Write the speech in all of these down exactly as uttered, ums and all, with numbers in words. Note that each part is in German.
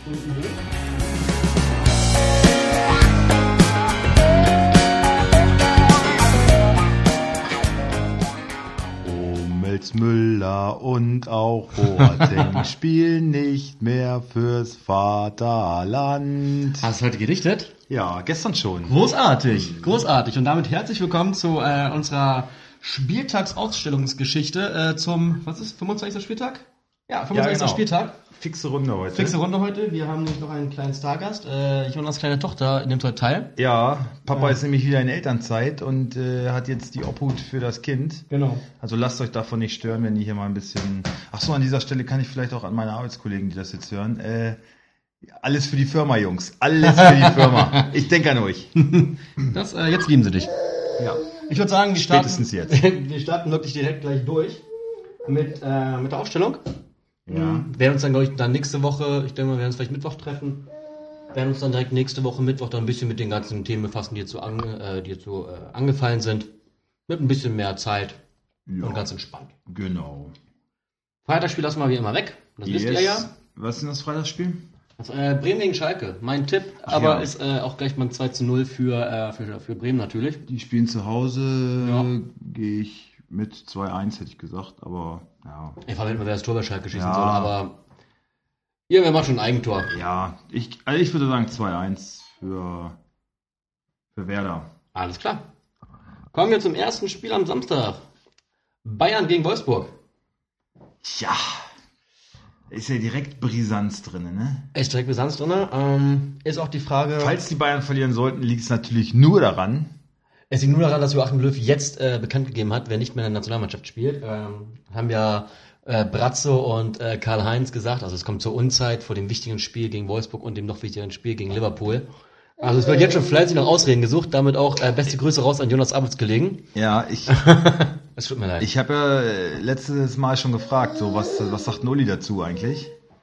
Hummels, Müller und auch Boateng spielen nicht mehr fürs Vaterland. Hast du heute gedichtet? Ja, gestern schon. Großartig, großartig. Und damit herzlich willkommen zu äh, unserer Spieltagsausstellungsgeschichte äh, zum, was ist, fünfundzwanzigster Spieltag? Ja, fünfundzwanzigster Ja, genau. Spieltag. Fixe Runde heute. Fixe Runde heute. Wir haben nämlich noch einen kleinen Stargast. Äh, Jonas' kleine Tochter nimmt heute teil. Ja, Papa Ja. ist nämlich wieder in Elternzeit und äh, hat jetzt die Obhut für das Kind. Genau. Also lasst euch davon nicht stören, wenn die hier mal ein bisschen... Ach so, an dieser Stelle kann ich vielleicht auch an meine Arbeitskollegen, die das jetzt hören, äh, alles für die Firma, Jungs. Alles für die Firma. Ich denke an euch. Das, äh, jetzt lieben sie dich. Ja. Ich würde sagen, wir starten, Spätestens jetzt. wir starten wirklich direkt gleich durch mit, äh, mit der Aufstellung. Ja. Wir werden uns dann, glaube ich, dann nächste Woche, ich denke mal, wir werden uns vielleicht Mittwoch treffen, werden uns dann direkt nächste Woche Mittwoch dann ein bisschen mit den ganzen Themen befassen, die jetzt so, an, äh, die jetzt so äh, angefallen sind. Mit ein bisschen mehr Zeit Ja. und ganz entspannt. Genau. Freitagsspiel lassen wir wie immer weg. Das wisst ihr ja. Was ist denn das Freitagsspiel? Das, äh, Bremen gegen Schalke. Mein Tipp, aber ja. ist äh, auch gleich mal ein zwei zu null für, äh, für, für Bremen natürlich. Die spielen zu Hause, Ja. gehe ich mit zwei eins, hätte ich gesagt, aber ja. Ich frage mich mal, wer das Tor bei Schalke schießen Ja. soll, aber ihr, wer macht schon ein Eigentor? Ja, ich, also ich würde sagen zwei eins für, für Werder. Alles klar. Kommen wir zum ersten Spiel am Samstag. Bayern gegen Wolfsburg. Ja, ist ja direkt Brisanz drin, ne? Ist direkt Brisanz drin. Ähm, ist auch die Frage... Falls die Bayern verlieren sollten, liegt es natürlich nur daran. Es liegt nur daran, dass Joachim Löw jetzt äh, bekannt gegeben hat, wer nicht mehr in der Nationalmannschaft spielt. Ähm, haben ja äh, Brazzo und äh, Karl-Heinz gesagt, also es kommt zur Unzeit vor dem wichtigen Spiel gegen Wolfsburg und dem noch wichtigeren Spiel gegen Liverpool. Also es wird jetzt schon fleißig nach Ausreden gesucht, damit auch äh, beste Grüße raus an Jonas Arbeitskollegen. Ja, ich, Es tut mir leid. ich habe ja äh, letztes Mal schon gefragt, so was, was sagt Noli dazu eigentlich?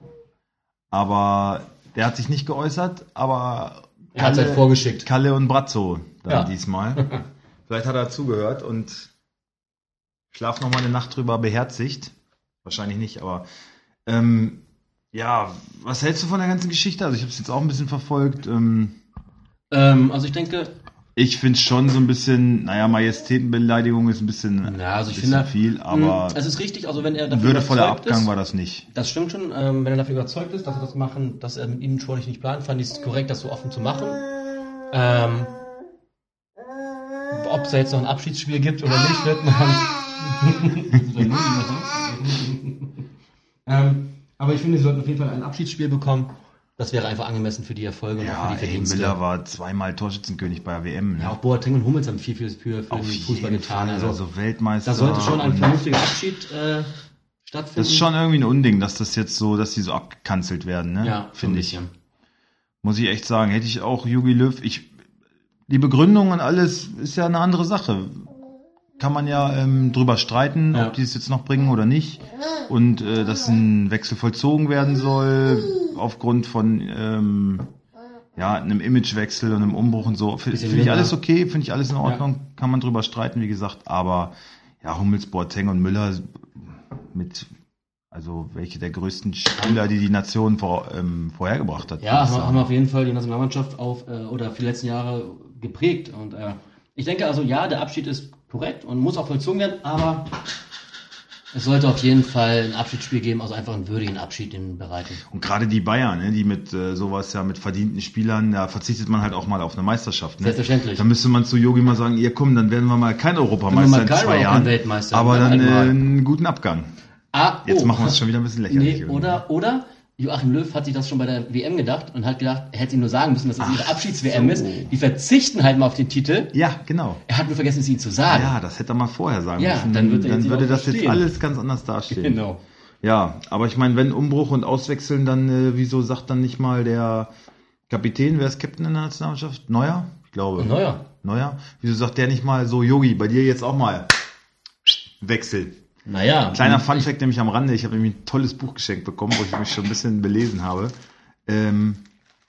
Aber der hat sich nicht geäußert, aber er hat es halt vorgeschickt. Kalle und Brazzo dann Ja. diesmal. Vielleicht hat er zugehört und schlaf noch mal eine Nacht drüber beherzigt. Wahrscheinlich nicht, aber ähm, ja, was hältst du von der ganzen Geschichte? Also ich habe es jetzt auch ein bisschen verfolgt. Ähm, Ähm, also ich denke, ich finde schon so ein bisschen, naja, Majestätenbeleidigung ist ein bisschen, ja, also ich bisschen finde, viel, aber mh, es ist richtig, also wenn er dafür würdevoller überzeugt Abgang ist, war das nicht. das stimmt schon, ähm, wenn er dafür überzeugt ist, dass er das machen, dass er mit ihm schon nicht plant, fand ich es korrekt, das so offen zu machen. Ähm, ob es da jetzt noch ein Abschiedsspiel gibt oder nicht, wird man. ähm, aber ich finde, sie sollten auf jeden Fall ein Abschiedsspiel bekommen. Das wäre einfach angemessen für die Erfolge und auch Ja, für die ey, Verdienste. Müller war zweimal Torschützenkönig bei der W M. Ne? Ja, auch Boateng und Hummels haben viel für, für, für Auf den Fußball jeden getan. Fall, Also, also Weltmeister. da sollte schon ein und- vernünftiger Abschied äh, stattfinden. Das ist schon irgendwie ein Unding, dass das jetzt so, dass die so abgekanzelt werden, ne? ja, finde ich. bisschen. Muss ich echt sagen. Hätte ich auch Jogi Löw, ich, die Begründung und alles ist ja eine andere Sache. Kann man ja ähm, drüber streiten, Ja. ob die es jetzt noch bringen oder nicht. Und äh, dass ein Wechsel vollzogen werden soll, aufgrund von ähm, ja, einem Imagewechsel und einem Umbruch und so. Finde Bisschen find ich länger. alles okay, finde ich alles in Ordnung. Kann man drüber streiten, wie gesagt. Aber ja, Hummels, Boateng und Müller mit, also welche der größten Spieler, die die Nation vor, ähm, vorhergebracht hat. Ja, würde ich haben, sagen. haben auf jeden Fall die Nationalmannschaft auf äh, oder für die letzten Jahre geprägt. Und äh, ich denke also, ja, der Abschied ist korrekt und muss auch vollzogen werden, aber es sollte auf jeden Fall ein Abschiedsspiel geben, also einfach einen würdigen Abschied in Bereiten. Und gerade die Bayern, ne, die mit äh, sowas ja mit verdienten Spielern, da verzichtet man halt auch mal auf eine Meisterschaft. Ne? Selbstverständlich. Da müsste man zu Jogi mal sagen, ihr komm, dann werden wir mal kein Wenn wir Europameister mal in kein zwei oder auch kein Jahren, Weltmeister, aber dann dann äh, einmal. einen guten Abgang. Ah, Jetzt oh. machen wir es schon wieder ein bisschen lächerlich. Nee, oder, oder Joachim Löw hat sich das schon bei der W M gedacht und hat gedacht, er hätte ihm nur sagen müssen, dass es ihre Abschieds-W M so. ist. Die verzichten halt mal auf den Titel. Ja, genau. Er hat nur vergessen, es ihnen zu sagen. Ja, das hätte er mal vorher sagen Ja, müssen. dann wird er dann jetzt würde auch das jetzt verstehen. alles ganz anders dastehen. Genau. Ja, aber ich meine, wenn Umbruch und Auswechseln, dann äh, wieso sagt dann nicht mal der Kapitän, wer ist Captain in der Nationalmannschaft? Neuer? Ich glaube. Neuer. Neuer? Wieso sagt der nicht mal so, Yogi, bei dir jetzt auch mal Wechsel? Naja. Kleiner Funfact nämlich am Rande, ich habe nämlich ein tolles Buch geschenkt bekommen, wo ich mich schon ein bisschen belesen habe. Ähm,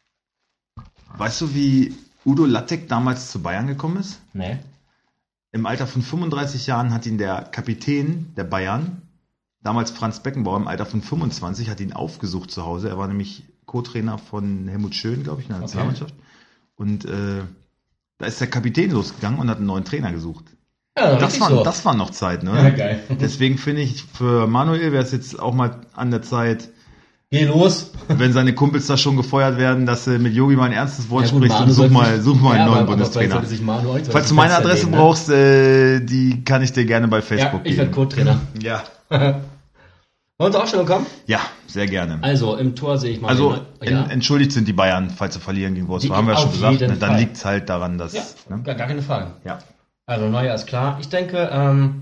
weißt du, wie Udo Lattek damals zu Bayern gekommen ist? Nee. Im Alter von fünfunddreißig Jahren hat ihn der Kapitän der Bayern, damals Franz Beckenbauer, im Alter von fünfundzwanzig, hat ihn aufgesucht zu Hause. Er war nämlich Co-Trainer von Helmut Schön, glaube ich, in der Nationalmannschaft. Und äh, da ist der Kapitän losgegangen und hat einen neuen Trainer gesucht. Ja, das, war, so. das war noch Zeit, ne? Ja, geil. Deswegen finde ich, für Manuel wäre es jetzt auch mal an der Zeit, geh los. wenn seine Kumpels da schon gefeuert werden, dass sie mit Yogi mal ein ernstes Wort Ja, gut, spricht Manu und such sollte mal, sich- such mal einen Ja, neuen aber- aber Bundestrainer. vielleicht sollte sich Manu heute Falls du zum meine Fenster Adresse lehnen, ne? brauchst, äh, die kann ich dir gerne bei Ja, Facebook ich werde geben. Co-Trainer. Ja. Wollen wir zur Aufstellung kommen? Ja, sehr gerne. Also, im Tor sehe ich mal... Also, den- ja. en- entschuldigt sind die Bayern, falls sie verlieren gegen Wolfsburg. Die- Haben wir ja schon auf gesagt. jeden Ne? Dann Fall. liegt es halt daran, dass... ja, Ne? gar, gar keine Frage. Ja. Also, Neuer ist klar. Ich denke, ähm,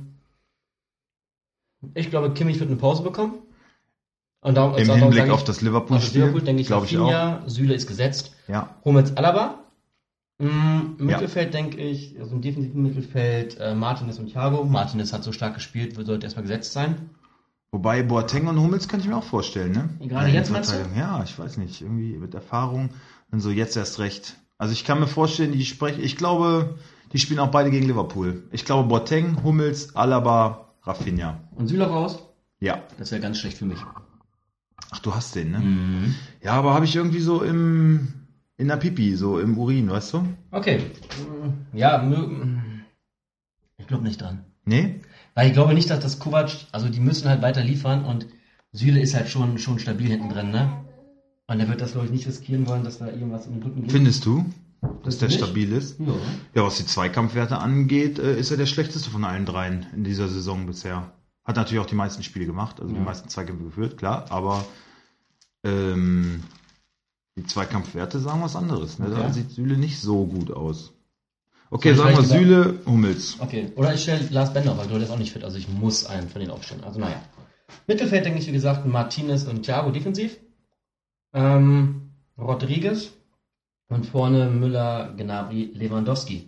ich glaube, Kimmich wird eine Pause bekommen. Und darum, Im darum Hinblick sage ich- auf das auf das Liverpool-Spiel, Liverpool denke ich, glaube ich auch. Rafinha, Süle ist gesetzt. Ja. Hummels, Alaba. Im Ja. Mittelfeld denke ich, also im defensiven Mittelfeld äh, Martinez und Thiago. Martinez hat so stark gespielt, sollte erstmal gesetzt sein. Wobei Boateng und Hummels könnte ich mir auch vorstellen, ne? Gerade In der jetzt, meinst du? Innenverteidigung. Ja, ich weiß nicht. Irgendwie mit Erfahrung und so jetzt erst recht. Also ich kann mir vorstellen, die sprechen, ich glaube, die spielen auch beide gegen Liverpool. Ich glaube Boateng, Hummels, Alaba, Rafinha. Und Süle raus? Ja. Das wäre ganz schlecht für mich. Ach, du hast den, ne? Mhm. Ja, aber habe ich irgendwie so im, in der Pipi, so im Urin, weißt du? Okay. Mm, Ja, mö- ich glaube nicht dran. Nee? Weil ich glaube nicht, dass das Kovac, also die müssen halt weiter liefern und Süle ist halt schon, schon stabil hinten drin, ne? Und er wird das, glaube ich, nicht riskieren wollen, dass da irgendwas im Rücken geht. Findest du, dass der Nicht? stabil ist? Ja. Ja, was die Zweikampfwerte angeht, äh, ist er der schlechteste von allen dreien in dieser Saison bisher. Hat natürlich auch die meisten Spiele gemacht, also Ja. die meisten Zweikämpfe geführt, klar, aber ähm, die Zweikampfwerte sagen was anderes. Ne? Da Okay. sieht Süle nicht so gut aus. Okay, Soll ich sagen wir vielleicht Süle, Hummels. Okay. Oder ich stelle Lars Bender auf, weil der ist auch nicht fit, also ich muss einen von denen aufstellen. Also naja. Mittelfeld denke ich, wie gesagt, Martinez und Thiago defensiv. Ähm, Rodriguez und vorne Müller, Gnabry, Lewandowski.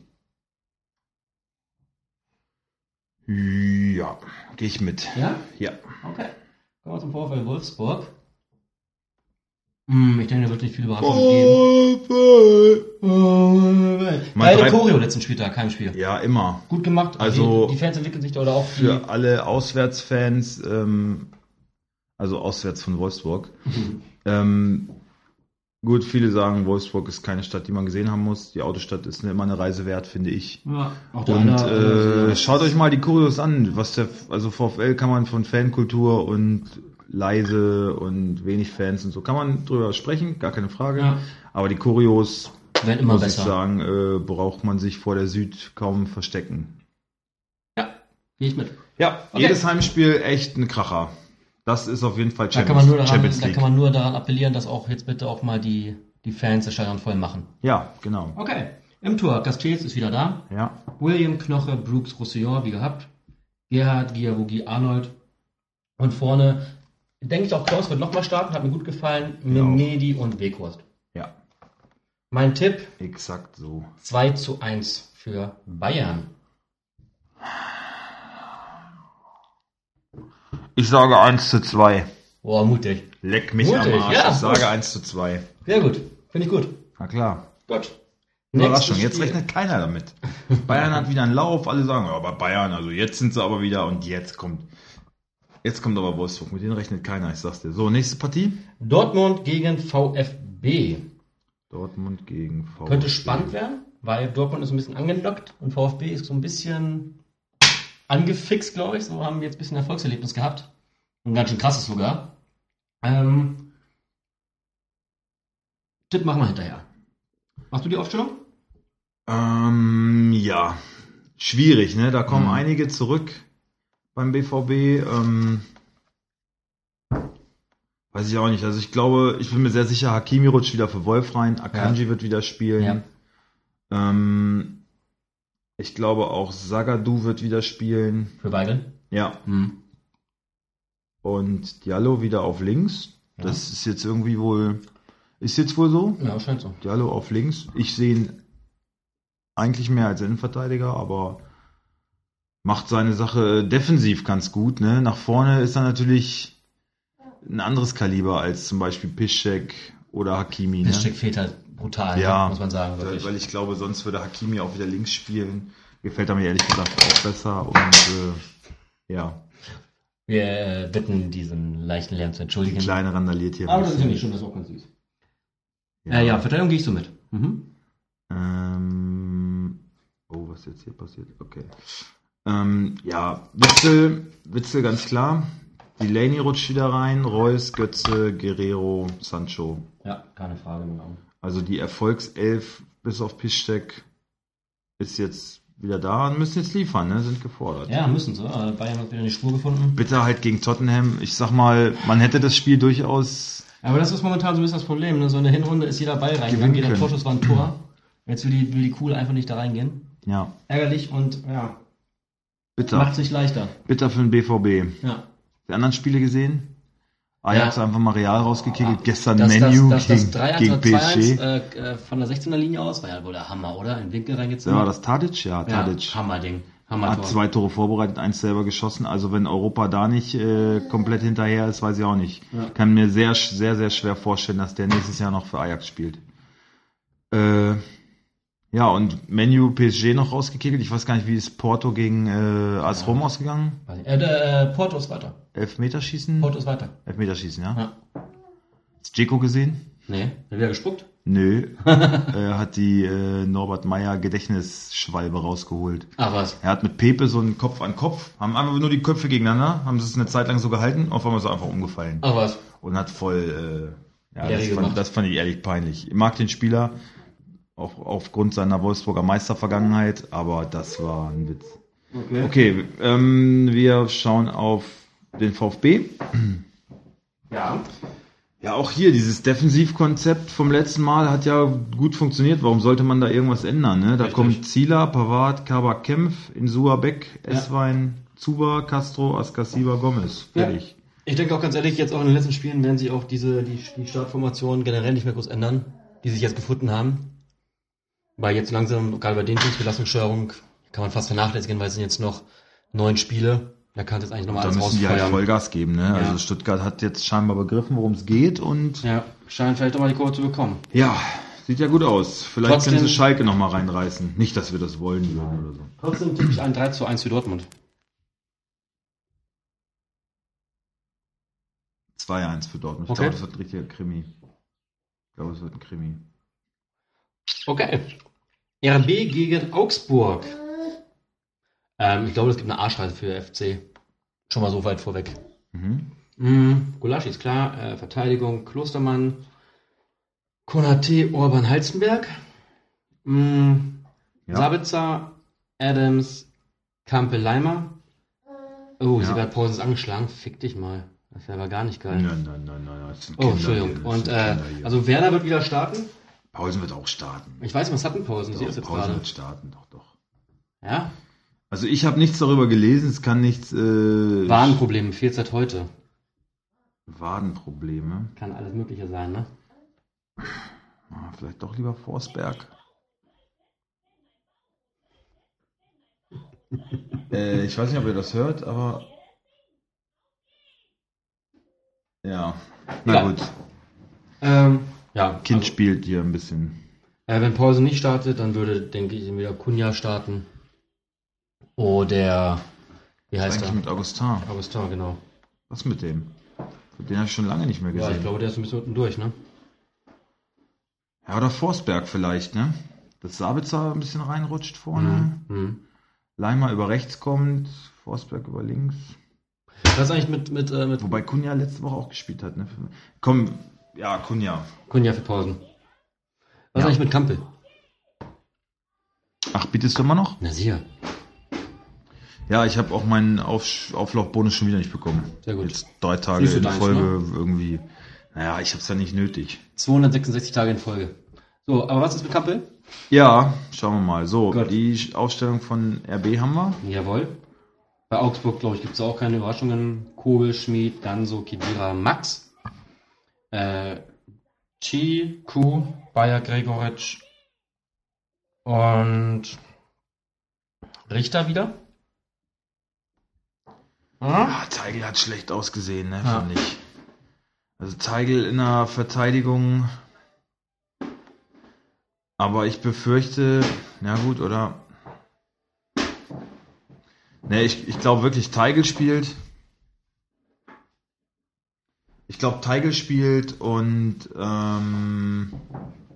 Ja, gehe ich mit. Ja? Ja. Okay. Kommen wir zum VfL Wolfsburg. Hm, ich denke, da wird nicht viel Überraschung geben. Mein Geile drei- Choreo letzten Spieltag, kein Spiel. Ja, immer. Gut gemacht. Also- die, die Fans entwickeln sich da oder auch die. Für alle Auswärtsfans, ähm, also auswärts von Wolfsburg. ähm, gut, viele sagen, Wolfsburg ist keine Stadt, die man gesehen haben muss. Die Autostadt ist immer eine Reise wert, finde ich. Ja, auch der Und andere, äh, schaut euch mal die Choreos an. Was der, also VfL kann man von Fankultur und leise und wenig Fans und so kann man drüber sprechen, gar keine Frage. Ja. Aber die Choreos, werden immer muss besser. ich sagen, äh, braucht man sich vor der Süd kaum verstecken. Ja, gehe ich mit. Ja, Okay. jedes Heimspiel echt ein Kracher. Das ist auf jeden Fall Da Champions, kann, man nur daran, Champions da League. kann man nur daran appellieren, dass auch jetzt bitte auch mal die, die Fans das Stadion voll machen. Ja, genau. Okay. Im Tor, Castells ist wieder da. Ja. William, Knoche, Brooks, Roussillon, wie gehabt. Gerhard, Giavogi, Arnold. Und vorne, denke ich auch, Klaus wird nochmal starten, hat mir gut gefallen. Mir auch. Memedi und Weghorst. Ja, Mein Tipp, exakt so. zwei zu eins für Bayern. Ich sage eins zu zwei. Boah, mutig. Leck mich Mutig, am Arsch. ja, ich sage gut. eins zu zwei. Sehr gut. Finde ich gut. Na klar. Gut. Überraschung, Nächstes jetzt Spiel. rechnet keiner damit. Bayern hat wieder einen Lauf, alle sagen, ja, aber Bayern, also jetzt sind sie aber wieder und jetzt kommt, jetzt kommt aber Wolfsburg, mit denen rechnet keiner, ich sag's dir. So, nächste Partie. Dortmund gegen VfB. Dortmund gegen VfB. Könnte spannend werden, weil Dortmund ist ein bisschen angelockt und VfB ist so ein bisschen angefixt, glaube ich. So haben wir jetzt ein bisschen Erfolgserlebnis gehabt. Ein ganz schön krasses sogar. Ähm, Tipp machen wir hinterher. Machst du die Aufstellung? Ähm, ja. Schwierig, ne? Da kommen Mhm. einige zurück beim B V B. Ähm, weiß ich auch nicht. Also ich glaube, ich bin mir sehr sicher, Hakimi rutscht wieder für Wolf rein, Akanji wird wieder spielen. Ja. Ähm, ich glaube auch Zagadou wird wieder spielen. Für Weigel? Ja. Hm. Und Diallo wieder auf links. Ja. Das ist jetzt irgendwie wohl, ist jetzt wohl so. Ja, scheint so. Diallo auf links. Ich sehe ihn eigentlich mehr als Innenverteidiger, aber macht seine Sache defensiv ganz gut. Ne? Nach vorne ist er natürlich ein anderes Kaliber als zum Beispiel Piszczek oder Hakimi. Ne? Piszczek fehlt halt brutal, Ja, ne? Muss man sagen. Wirklich. Weil ich glaube, sonst würde Hakimi auch wieder links spielen. Gefällt er mir ehrlich gesagt auch besser. Und äh, ja, Wir äh, bitten diesen leichten Lärm zu die entschuldigen. Kleine randaliert hier. ein Aber das ist ja bisschen. nicht schön, das ist auch ganz süß. Ja, ja, Verteidigung gehe ich so mit. Mhm. Ähm, oh, was ist jetzt hier passiert? Okay. Ähm, ja, Witzel, Witzel ganz klar. Delaney rutscht wieder rein, Reus, Götze, Guerrero, Sancho. Ja, keine Frage mehr. Also die Erfolgself bis auf Piszczek ist jetzt wieder da und müssen jetzt liefern, ne? Sind gefordert. Ja, müssen sie. Also Bayern hat wieder eine Spur gefunden. Bitte halt gegen Tottenham. Ich sag mal, man hätte das Spiel durchaus... Aber das ist momentan so ein bisschen das Problem. Ne? So in der Hinrunde ist jeder Ball reingegangen, jeder Torschuss war ein Tor. Jetzt will die, will die Kuhl einfach nicht da reingehen. Ja. Ärgerlich und ja, bitter. Macht sich leichter. Bitter für den B V B. Ja. Die anderen Spiele gesehen? Ajax Ja. einfach mal Real rausgekickelt. Gestern Das, Menu das, das, das gegen, drei eins gegen oder P zwei S eins G. äh, äh, von der sechzehner Linie aus war ja wohl der Hammer, oder? In den Winkel Ja, reingezogen. war das Tadic? Ja, Tadic. Ja, Hammerding. Hammer Hat zwei Tore vorbereitet, eins selber geschossen. Also wenn Europa da nicht äh, komplett hinterher ist, weiß ich auch nicht. Ja. Kann mir sehr, sehr, sehr schwer vorstellen, dass der nächstes Jahr noch für Ajax spielt. Äh, ja, und Menu P S G noch rausgekickelt. Ich weiß gar nicht, wie ist Porto gegen äh, A S Rom ausgegangen? Äh, der, äh, Porto ist weiter. Elfmeterschießen? Porto ist weiter. Elfmeterschießen, ja. Ja. Hast du Dzeko gesehen? Nee, hat er wieder gespuckt? Nö. Er hat die äh, Norbert Meyer Gedächtnisschwalbe rausgeholt. Ach was. Er hat mit Pepe so einen Kopf an Kopf, haben einfach nur die Köpfe gegeneinander, haben es eine Zeit lang so gehalten, auf einmal ist er einfach umgefallen. Ach was. Und hat voll, äh, ja, Ehre das fand, das fand ich ehrlich peinlich. Ich mag den Spieler, auch aufgrund seiner Wolfsburger Meistervergangenheit, aber das war ein Witz. Okay. Okay, ähm, wir schauen auf den VfB. Ja. Ja, auch hier, dieses Defensivkonzept vom letzten Mal hat ja gut funktioniert. Warum sollte man da irgendwas ändern? Ne? Da Richtig. kommt Zieler, Pavard, Kabak Kempf, Insua Beck, Ja. Esswein, Zuba, Castro, Askasiba, Gomez. Ja. Fertig. Ich denke auch ganz ehrlich, jetzt auch in den letzten Spielen werden sich auch diese, die, die Startformationen generell nicht mehr groß ändern, die sich jetzt gefunden haben. Weil jetzt langsam, gerade bei den Teams, Belastungssteuerung, kann man fast vernachlässigen, weil es sind jetzt noch neun Spiele. Da kann es jetzt eigentlich nochmal Da alles müssen die halt rausfeuern. Vollgas geben. Ne? Ja. Also Stuttgart hat jetzt scheinbar begriffen, worum es geht und Ja, scheint vielleicht doch mal die Kurve zu bekommen. ja, sieht ja gut aus. Vielleicht Trotzdem- können sie Schalke nochmal reinreißen. Nicht, dass wir das wollen würden oder so. Trotzdem tippe ich ein drei zu eins für Dortmund. zwei eins für Dortmund. Ich Okay. glaube, das wird ein richtiger Krimi. Ich glaube, es wird ein Krimi. Okay. R B gegen Augsburg. Ähm, ich glaube, es gibt eine Arschreise für F C. Schon mal so weit vorweg. Mhm. Mhm. Gulaschi ist klar. Äh, Verteidigung Klostermann. Konate, Orban, Halzenberg. Mhm. Ja. Sabitzer, Adams, Kampel, Leimer. Oh, Ja. Siebert Paulsen ist angeschlagen. Fick dich mal. Das wäre aber gar nicht geil. Nein, nein, nein, nein. Das sind Oh, Kinder Entschuldigung. hier, das Und sind äh, Kinder hier. also Werner wird wieder starten. Pausen wird auch starten. Ich weiß nicht, was hatten Pausen? Sie Doch, ist jetzt Pausen gerade. wird starten, doch, doch. Ja? Also ich habe nichts darüber gelesen, es kann nichts... Äh, Wadenprobleme, fehlt seit heute. Wadenprobleme. Kann alles Mögliche sein, ne? Ah, vielleicht doch lieber Forsberg. äh, ich weiß nicht, ob ihr das hört, aber... Ja, na Ja. gut. Ähm, ja. Kind also, spielt hier ein bisschen. äh, wenn Pausen nicht startet, dann würde, denke ich, entweder Kunja starten. Oder, wie Was heißt ist eigentlich er? mit Augustin? Augustin, genau. Was mit dem? Den habe ich schon lange nicht mehr Ja, gesehen. ich glaube, der ist ein bisschen unten durch, ne? Ja, oder Forsberg vielleicht, ne? Dass Sabitzer ein bisschen reinrutscht vorne. Mhm. Leimer über rechts kommt, Forsberg über links. Was ist eigentlich mit, mit, äh, mit Wobei Kunja letzte Woche auch gespielt hat, ne? Komm, ja, Kunja. Kunja für Pausen? Was ist Ja. eigentlich mit Kampel? Ach, bietest du immer noch? Na sicher. Ja, ich habe auch meinen Auf Auflaufbonus schon wieder nicht bekommen. Sehr gut. Jetzt drei Tage Siehst du in deins, Folge ne? irgendwie. Naja, ich habe es ja nicht nötig. zweihundertsechsundsechzig Tage in Folge. So, aber was ist mit Kampel? Ja, schauen wir mal. So, Gut. die Aufstellung von R B haben wir. Jawohl. Bei Augsburg, glaube ich, gibt es auch keine Überraschungen. Kobel, Schmid, Ganso, Kedira, Max. Äh, Chi, Kuh, Bayer, Gregoritsch und Richter wieder. Hm? Ah, Teigl hat schlecht ausgesehen, ne, Ja. fand ich. Also Teigl in der Verteidigung. Aber ich befürchte, na gut, oder? Ne, ich, ich glaube wirklich, Teigl spielt. Ich glaube, Teigl spielt und ähm,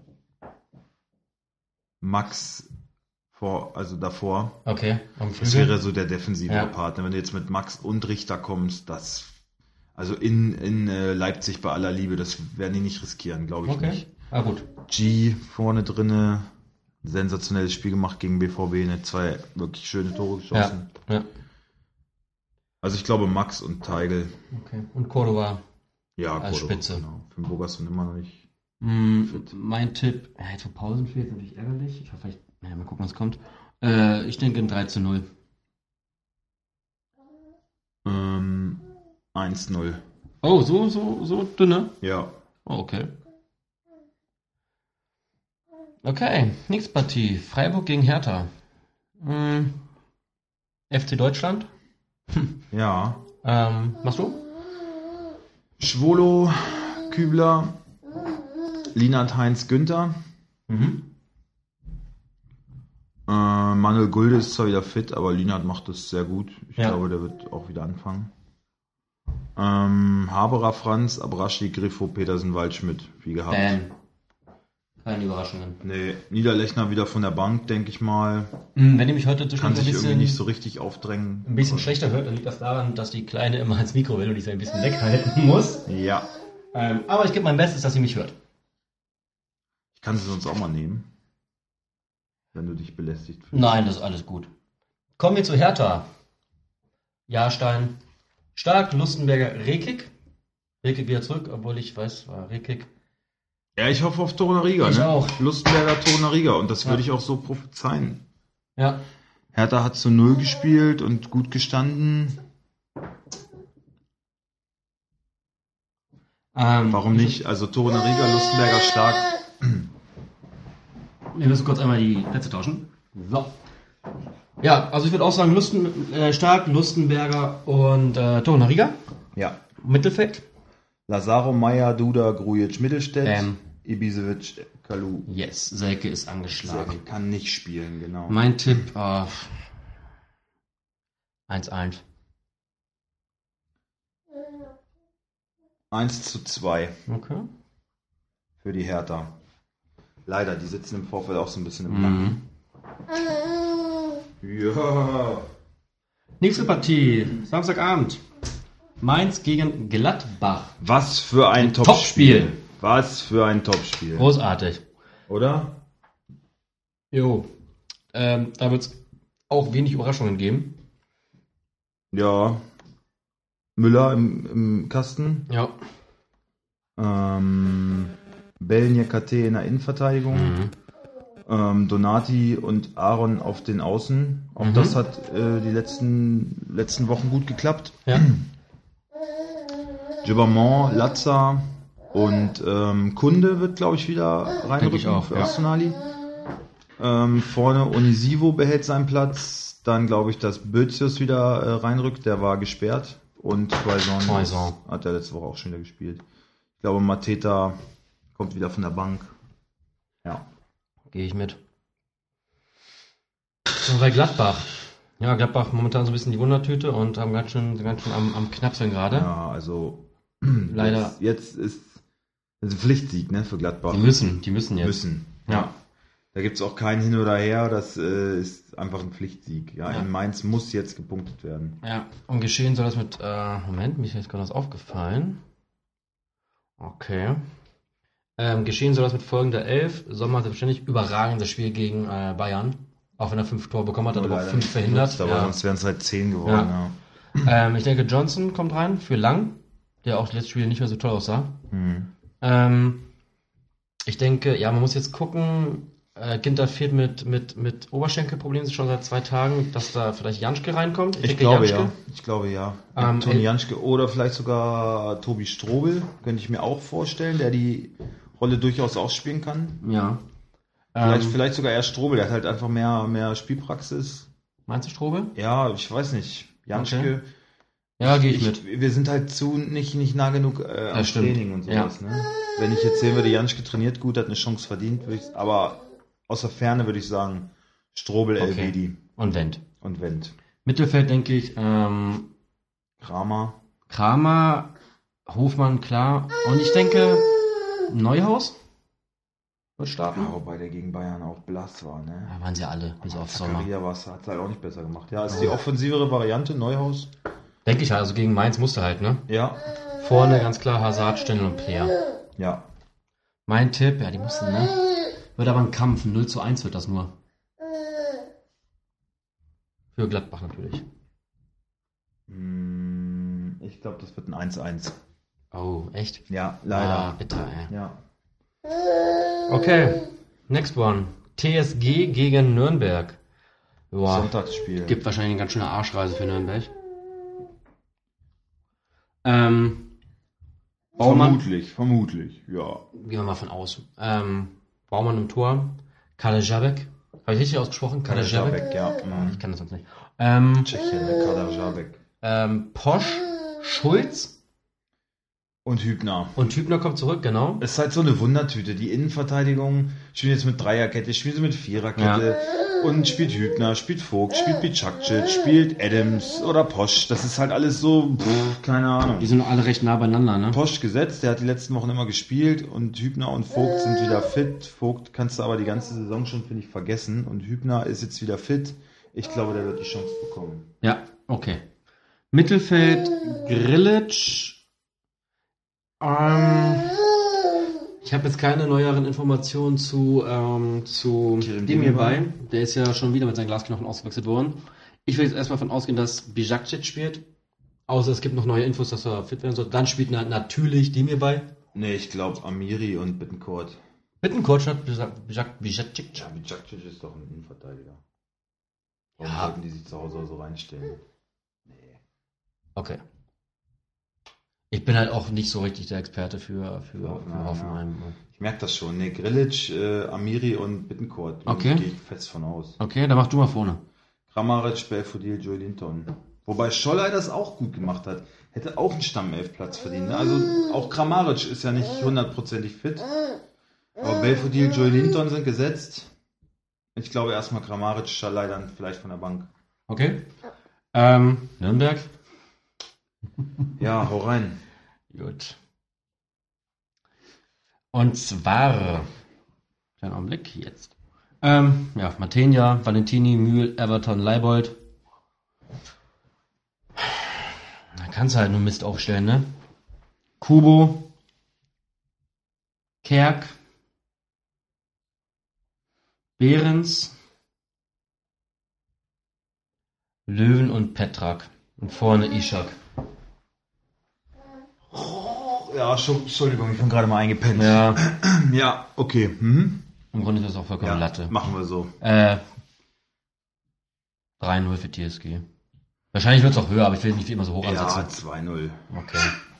Max vor, also davor. Okay, am Das Flügel. wäre so der defensive Ja. Partner. Wenn du jetzt mit Max und Richter kommst, das, also in, in äh, Leipzig bei aller Liebe, das werden die nicht riskieren, glaube ich Okay, nicht. ah gut. G vorne drinne, sensationelles Spiel gemacht gegen B V B, ne, zwei wirklich schöne Tore Ja, geschossen. ja. Also ich glaube Max und Teigl, Okay. Und Cordova. ja, Als Cordoba, Spitze. Genau. Für den Bogerson immer noch nicht. Mm, mein Tipp, ja, jetzt wo Pausen fehlt, ist natürlich ärgerlich. Ich hoffe, vielleicht, naja, mal gucken, was kommt. Äh, ich denke ein drei zu null. Ähm, eins null. Oh, so, so, so dünne? Ja. Oh, okay. Okay, nächste Partie. Freiburg gegen Hertha. Mm, F C Deutschland. Ja. Ähm, machst du? Schwolo, Kübler, Linhard, Heinz, Günther. Mhm. Äh, Manuel Gulde ist zwar wieder fit, aber Linhard macht das sehr gut. Ich Ja. glaube, der wird auch wieder anfangen. Ähm, Haberer, Franz, Abraschi, Griffo, Petersen, Waldschmidt. Wie gehabt. Bam. Keine Überraschungen. Nee, Niederlechner wieder von der Bank, denke ich mal. Mm, wenn ihr mich heute Kann zwischendurch ein sich irgendwie bisschen, nicht so richtig aufdrängen. ein bisschen schlechter hört, dann liegt das daran, dass die Kleine immer ans Mikro will und ich sie ein bisschen weghalten muss. Ja. Ähm, aber ich gebe mein Bestes, dass sie mich hört. Ich kann sie sonst auch mal nehmen. Wenn du dich belästigt fühlst. Nein, das ist alles gut. Kommen wir zu Hertha. Jahrstein, Stark, Lustenberger, Rekik. Rekik wieder zurück, obwohl ich weiß, war Rekik. Ja, ich hoffe auf Torunariga. Ich ne? auch. Lustenberger, Torunariga. Und das Ja. würde ich auch so prophezeien. Ja. Hertha hat zu Null gespielt und gut gestanden. Ähm, Warum nicht? Also Torunariga, Lustenberger, Stark. Wir müssen kurz einmal die Plätze tauschen. So. Ja, also ich würde auch sagen, Lusten, äh, Stark, Lustenberger und äh, Torunariga. Ja. Mittelfeld. Lazaro, Meyer, Duda, Grujic, Mittelstädt, Ähm. Ibisevic, Kalu. Yes, Selke ist angeschlagen. Kann nicht spielen, genau. Mein Tipp, äh, eins eins. eins zu zwei Okay. für die Hertha. Leider, die sitzen im Vorfeld auch so ein bisschen im Nacken. Mhm. Ja. Nächste Partie, Samstagabend. Mainz gegen Gladbach. Was für ein Topspiel. Topspiel. Was für ein Topspiel. Großartig. Oder? Jo. Ähm, da wird es auch wenig Überraschungen geben. Ja. Müller im, im Kasten. Ja. Ähm, Belnier K T in der Innenverteidigung. Mhm. Ähm, Donati und Aaron auf den Außen. Auch Mhm. das hat äh, die letzten, letzten Wochen gut geklappt. Ja. Gibbermann, Latza und ähm, Kunde wird, glaube ich, wieder Denke ich reinrücken auch, für ja. Astonali. Ähm, vorne Onisivo behält seinen Platz. Dann glaube ich, dass Bözius wieder äh, reinrückt. Der war gesperrt. Und Quaison Quaison. hat er letzte Woche auch schon wieder gespielt. Ich glaube, Mateta kommt wieder von der Bank. Ja. Gehe ich mit. So, bei Gladbach. Ja, Gladbach momentan so ein bisschen die Wundertüte und haben ganz schön, sind ganz schön am, am Knapseln gerade. Ja, also Leider. Jetzt, jetzt ist das ist ein Pflichtsieg, ne, für Gladbach. Die müssen, die müssen jetzt. Müssen. Ja. Da gibt's auch kein Hin oder Her, das äh, ist einfach ein Pflichtsieg. Ja, Ja. in Mainz muss jetzt gepunktet werden. Ja, und geschehen soll das mit, äh, Moment, mir ist jetzt gerade was aufgefallen. Okay. Ähm, geschehen soll das mit folgender Elf. Sommer selbstverständlich überragendes Spiel gegen äh, Bayern. Auch wenn er fünf Tore bekommen hat, hat er aber auch Leider fünf nicht verhindert. genutzt, aber Ja. sonst wären es halt zehn geworden. Ja. Ähm, ich denke, Johnson kommt rein für Lang, der auch letztes Spiel nicht mehr so toll aussah. Hm. Ähm, ich denke, ja, man muss jetzt gucken, äh, Ginter fehlt mit, mit, mit Oberschenkelproblemen schon seit zwei Tagen, dass da vielleicht Janschke reinkommt. Ich, denke, glaube Janschke. ja. Ich glaube ja. Ähm, Toni El- Janschke oder vielleicht sogar Tobi Strobel, könnte ich mir auch vorstellen, der die Rolle durchaus ausspielen kann. Ja. Vielleicht, Ähm, vielleicht sogar eher Strobel, der hat halt einfach mehr, mehr Spielpraxis. Meinst du Strobe? Ja, ich weiß nicht. Janschke. Okay. Ja, gehe ich mit. Wir sind halt zu nicht, nicht nah genug äh, am Ja, stimmt. Training und sowas. Ne? Wenn ich jetzt sehen würde, Janschke trainiert gut, hat eine Chance verdient, würde ich, aber aus der Ferne würde ich sagen, Strobel, Okay. Elvedi Und Wendt. und Wendt. Mittelfeld denke ich, ähm, Kramer. Kramer, Hofmann, klar. Und ich denke, Neuhaus? wird starten. Ja, wobei der gegen Bayern auch blass war, ne? Da waren sie alle, bis auf Sommer. Zakaria hat es halt auch nicht besser gemacht. Ja, ist die offensivere Variante, Neuhaus. Denke ich, also gegen Mainz musste halt, ne? Ja. Vorne ganz klar Hazard, Stindl und Player. Ja. Mein Tipp, ja, die mussten, ne? Wird aber ein Kampf, null zu eins wird das nur. Für Gladbach natürlich. Ich glaube, das wird ein eins eins. Oh, echt? Ja, leider. Ah, bitter, ey. Ja. Okay, next one. T S G gegen Nürnberg. Boah, Sonntagsspiel. gibt wahrscheinlich eine ganz schöne Arschreise für Nürnberg. Ähm, Baumann, Vermutlich, vermutlich, ja. gehen wir mal von aus. Ähm, Baumann im Tor, Kadejabek. Habe ich richtig ausgesprochen? Kadejabek? ja. Ich kann das sonst nicht. Ähm, Tschechien, der Kadejabek. ähm, Posch, Schulz Und Hübner. und Hübner kommt zurück, genau. Es ist halt so eine Wundertüte. Die Innenverteidigung spielt jetzt mit Dreierkette, spielt sie mit Viererkette und spielt Hübner, spielt Vogt, spielt Bicakcic, spielt Adams oder Posch. Das ist halt alles so, pff, keine Ahnung. Die sind alle recht nah beieinander, ne? Posch gesetzt, der hat die letzten Wochen immer gespielt und Hübner und Vogt sind wieder fit. Vogt kannst du aber die ganze Saison schon, finde ich, vergessen und Hübner ist jetzt wieder fit. Ich glaube, der wird die Chance bekommen. Ja, okay. Mittelfeld, Grillitsch. Ähm, ich habe jetzt keine neueren Informationen zu, ähm, zu Kerem Demirbay. Der ist ja schon wieder mit seinen Glasknochen ausgewechselt worden. Ich will jetzt erstmal davon ausgehen, dass Bicakcic spielt. Außer es gibt noch neue Infos, dass er fit werden soll. Dann spielt na- natürlich Demirbay. Nee, ich glaube Amiri und Bittencourt. Bittencourt statt Bicakcic. Ja, Bicakcic ist doch ein Innenverteidiger. Warum Ja. sollten die sich zu Hause so reinstellen? Nee. Okay. Ich bin halt auch nicht so richtig der Experte für, für, für Hoffenheim, Hoffenheim. Ich merke das schon. Nee, Grilic, äh, Amiri und Bittencourt. Okay. Gehe ich fest von aus. Okay, dann mach du mal vorne. Kramaric, Belfodil, Joey Linton. Wobei Scholler das auch gut gemacht hat. Hätte auch einen Stammelfplatz verdient. Ne? Also auch Kramaric ist ja nicht hundertprozentig fit. Aber Belfodil, Joey Linton sind gesetzt. Ich glaube erstmal Kramaric, Schalai dann vielleicht von der Bank. Okay. Ähm, Nürnberg. Ja, hau rein. Gut. Und zwar, kleinen Augenblick, jetzt. Ähm, ja, Matenia, Valentini, Mühl, Everton, Leibold. Da kannst du halt nur Mist aufstellen, ne? Kubo, Kerk, Behrens, Löwen und Petrak. Und vorne Ishak. Ja, schon, Entschuldigung, ich bin gerade mal eingepennt. Ja, Ja, okay. Mhm. im Grunde ist das auch vollkommen Ja, Latte. machen wir so. Äh, drei null für T S G. Wahrscheinlich wird es auch höher, aber ich will nicht wie immer so hoch Ja, ansetzen. zwei null. Okay.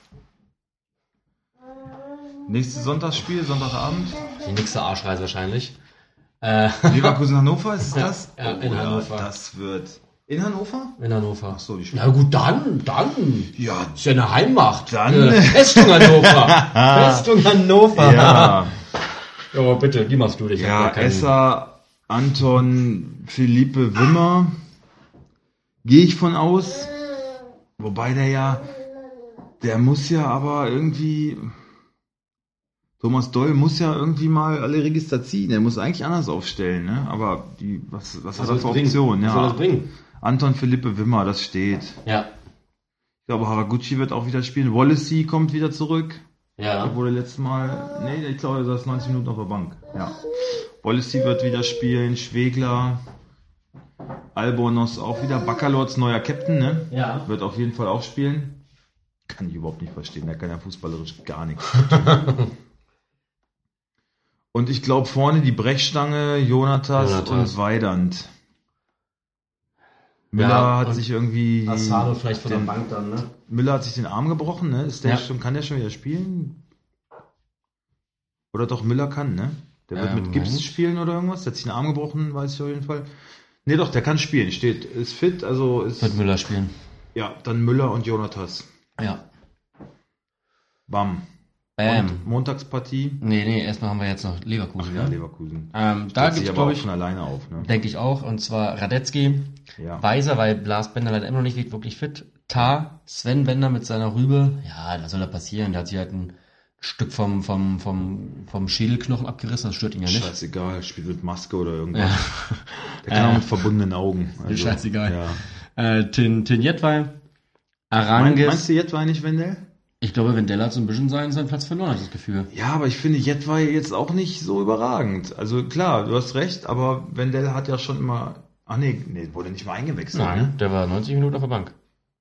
Nächstes Sonntagsspiel, Sonntagabend. Die nächste Arschreise wahrscheinlich. Äh, Leverkusen Hannover, ist es Ja, das? ja, in Hannover. Das wird. In Hannover? in Hannover. Ach so, die Spiele. Na gut, dann, dann. Ja, Ist ja eine Heimmacht. Dann- Äh, Festung Hannover. Festung Hannover. ja. Jo, bitte, die machst du dich. Ja, Esser, Anton, Philippe Wimmer. Gehe ich von aus. Wobei der ja, der muss ja aber irgendwie, Thomas Doll muss ja irgendwie mal alle Register ziehen. Der muss eigentlich anders aufstellen, ne? Aber die, was, was hat er für Optionen? Was soll das Ja. bringen? Anton Philippe Wimmer, das steht. Ja. Ich glaube, Haraguchi wird auch wieder spielen. Wallacey kommt wieder zurück. Ja. Der wurde letztes Mal, nee, ich glaube, er saß neunzig Minuten auf der Bank. Ja. Wallacey wird wieder spielen, Schwegler, Albornoz auch wieder, Baccalords neuer Captain, ne? Ja. Wird auf jeden Fall auch spielen. Kann ich überhaupt nicht verstehen, der kann ja fußballerisch gar nichts. Und ich glaube vorne die Brechstange, Jonathas, Jonathas. und Weidand. Müller Ja, hat und sich irgendwie... Asano vielleicht von den, der Bank dann, ne? Müller hat sich den Arm gebrochen, ne? Ist der Ja. schon, kann der schon wieder spielen? Oder doch Müller kann, ne? Der wird Ähm, mit Gips Moment. spielen oder irgendwas. Der hat sich den Arm gebrochen, weiß ich auf jeden Fall. Ne, doch, der kann spielen. Steht, ist fit, also ist. Wird Müller spielen. Ja, dann Müller und Jonathas. Ja. Bam. Bam. Und Montagspartie. Nee, nee, erstmal haben wir jetzt noch Leverkusen. Ja, Ja, Leverkusen. ähm, da Stellt sich gibt's, aber glaube auch ich, von alleine auf, ne? denke ich auch, und zwar Radetzky, Ja. Weiser, weil Blas Bender leider immer noch nicht wirklich fit, Tar, Sven Bender mit seiner Rübe, ja, was soll da passieren, der hat sich halt einen Stück vom, vom, vom, vom Schädelknochen abgerissen, das stört ihn ja nicht. Scheißegal, spielt mit Maske oder irgendwas. Ja. Der kann auch Äh. mit verbundenen Augen. Also, Scheißegal. Ja. Äh, Tin, Tin Jetwei, Mein, Arangis. meinst du Jedwai nicht Wendell? Ich glaube, Wendell hat so ein bisschen seinen, seinen Platz verloren, hat das Gefühl. Ja, aber ich finde Jedwai jetzt auch nicht so überragend. Also klar, du hast recht, aber Wendell hat ja schon immer... Ach nee, nee, wurde nicht mal eingewechselt. Nein, Ne? der war neunzig Minuten auf der Bank.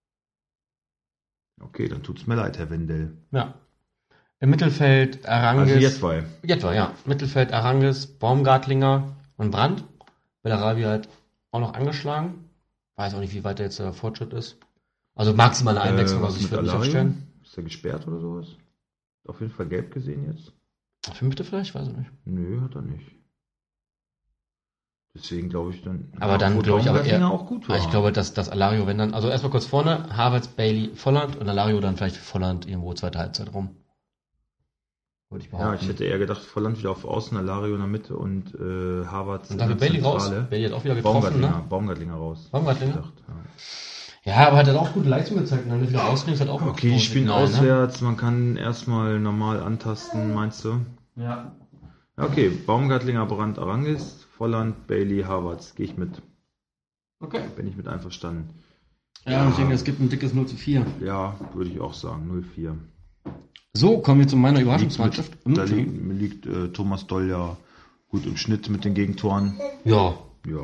Okay, dann tut's mir leid, Herr Wendell. Ja. Im Mittelfeld Arangis. Also Jedwai. Jetwa, ja. Mittelfeld Arangis, Baumgartlinger und Brandt. Bellarabi halt auch noch angeschlagen. Weiß auch nicht, wie weit der jetzt der Fortschritt ist. Also maximale Einwechslung, Äh, also was ich mit würde nicht Alario? aufstellen. Ist er gesperrt oder sowas? Auf jeden Fall gelb gesehen jetzt? Fünfte vielleicht, weiß ich nicht. Nö, hat er nicht. Deswegen glaube ich dann... Aber dann Obwohl glaube ich aber Baumgartlinger eher, auch gut war. ich glaube, dass, dass Alario, wenn dann, also erstmal kurz vorne, Havertz, Bailey, Volland und Alario dann vielleicht für Volland irgendwo zweite Halbzeit rum. Würde ich Ja, behaupten. ich hätte eher gedacht, Volland wieder auf Außen, Alario in der Mitte und äh, Havertz und dafür in der Bailey raus. Zentrale. Bailey hat auch wieder getroffen, Baumgartlinger, ne? Baumgartlinger raus. Baumgartlinger? Ich dachte, ja. Ja, aber hat er auch gute Leistung gezeigt. Und dann wieder rausbringst, hat auch Okay, die spielen Signal, auswärts, man kann erstmal normal antasten, meinst du? Ne? Ja. Ja, okay, Baumgartlinger, Brandt, Arangis, Volland, Bailey, Havertz, gehe ich mit. Okay. Bin ich mit einverstanden. Ja, und ich denke, es gibt ein dickes null zu vier. Ja, würde ich auch sagen, null vier. So, kommen wir zu meiner Liegt, Überraschungsmannschaft. mit, da liegt, liegt äh, Thomas Doll ja gut im Schnitt mit den Gegentoren. Ja. Ja.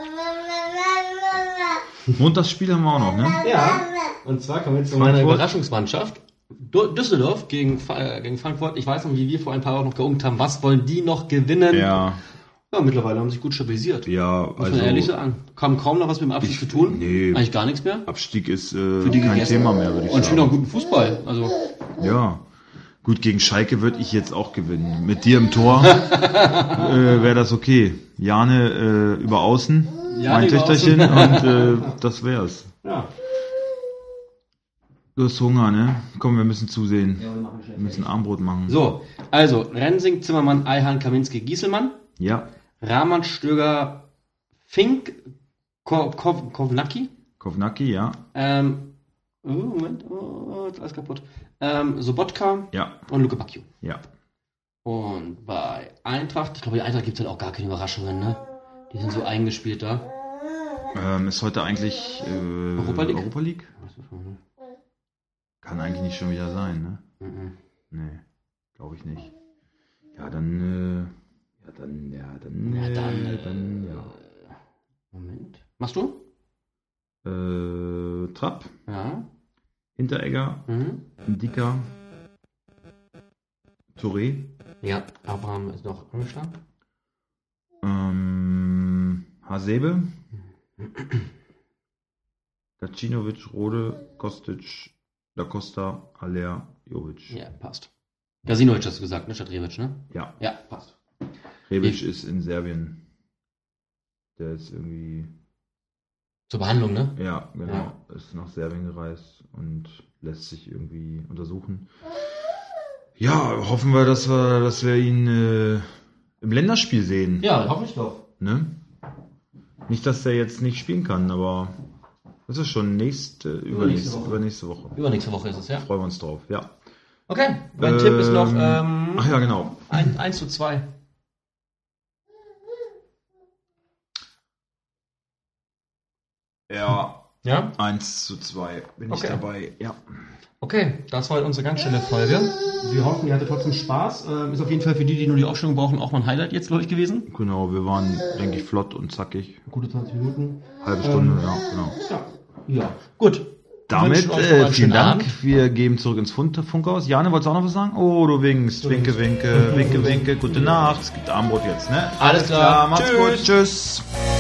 Montagsspiel haben wir auch noch, ne? Ja. Und zwar kommen wir zu Frankfurt. meiner Überraschungsmannschaft. Du- Düsseldorf gegen, Fa- äh, gegen Frankfurt. Ich weiß noch, wie wir vor ein paar Wochen noch geungt haben, was wollen die noch gewinnen? Ja, Ja, mittlerweile haben sie sich gut stabilisiert. ja, Muss also man ehrlich sagen. Kam kaum noch was mit dem Abstieg Ich- zu tun. nee. Eigentlich gar nichts mehr. Abstieg ist äh, Für die kein gegessen. Thema mehr, würde ich Und spielen auch sagen. guten Fußball. Also, Ja, gut, gegen Schalke würde ich jetzt auch gewinnen. Mit dir im Tor äh, wäre das okay. Jane äh, über Außen, Jane mein über Töchterchen, Außen. und äh, das wär's. ja. Du hast Hunger, ne? Komm, wir müssen zusehen. Ja, wir machen schnell. Wir müssen Armbrot machen. So, also Rensing, Zimmermann, Eihan, Kaminski, Gieselmann, Ja, Rahman, Stöger, Fink, Ko- Ko- Kovnacki, Kovnacki, ja. ähm, oh, Moment, oh, ist alles kaputt, ähm, Sobotka Ja, und Luke Bacchio. ja. Und bei Eintracht, ich glaube, bei Eintracht gibt es halt auch gar keine Überraschungen, ne? Die sind so eingespielt da. Ähm, ist heute eigentlich äh, Europa League? Europa League? Kann eigentlich nicht schon wieder sein, ne? Mhm. Nee, glaube ich nicht. Ja, dann, äh, ja, dann, ja, dann, Ja, äh, dann, äh, dann, ja. Moment. Machst du? Äh, Trapp, Ja. Hinteregger, Mhm. Ndika, Touré, Ja, Abraham ist noch angeschlagen. ähm, Hasebe, Gacinovic, Rode, Kostic, Da Costa, Aller, Jovic. Ja, passt. Gazinovic hast du gesagt, ne? Statt Rebic, ne? Ja, Ja, passt. Rebic Ich- ist in Serbien. Der ist irgendwie, Zur Behandlung, ne? ja, genau, Ja. ist nach Serbien gereist und lässt sich irgendwie untersuchen. Ja, hoffen wir, dass wir, dass wir ihn äh, im Länderspiel sehen. Ja, hoffe ich doch. Ne? Nicht, dass der jetzt nicht spielen kann, aber das ist schon nächste, übernächste, Woche. übernächste Woche. Übernächste Woche ist es, ja. Freuen wir uns drauf, ja. Okay, mein Tipp ist noch Ähm, Ach ähm, ja, genau. eins zu zwei. Ja, Ja? eins zu zwei bin ich Okay. dabei, ja. Okay, das war unsere ganz schnelle Folge. Wir hoffen, ihr hattet trotzdem Spaß. Ähm, ist auf jeden Fall für die, die nur die Aufstellung brauchen, auch mal ein Highlight jetzt, glaube ich, gewesen. Genau, wir waren, denke ich, flott und zackig. Gute zwanzig Minuten. Halbe Stunde, Ähm, ja, genau. Ja. Ja. Gut. Damit, wünschen euch noch äh, einen vielen schönen Dank. Abend. Wir geben zurück ins Funk Funkhaus. Jane, wolltest du auch noch was sagen? Oh, du winkst. Du Winke, winkst. winke, winke, winke. Gute Nacht. Es gibt Armbrot jetzt, ne? Alles klar. Macht's Tschüss. gut. Tschüss.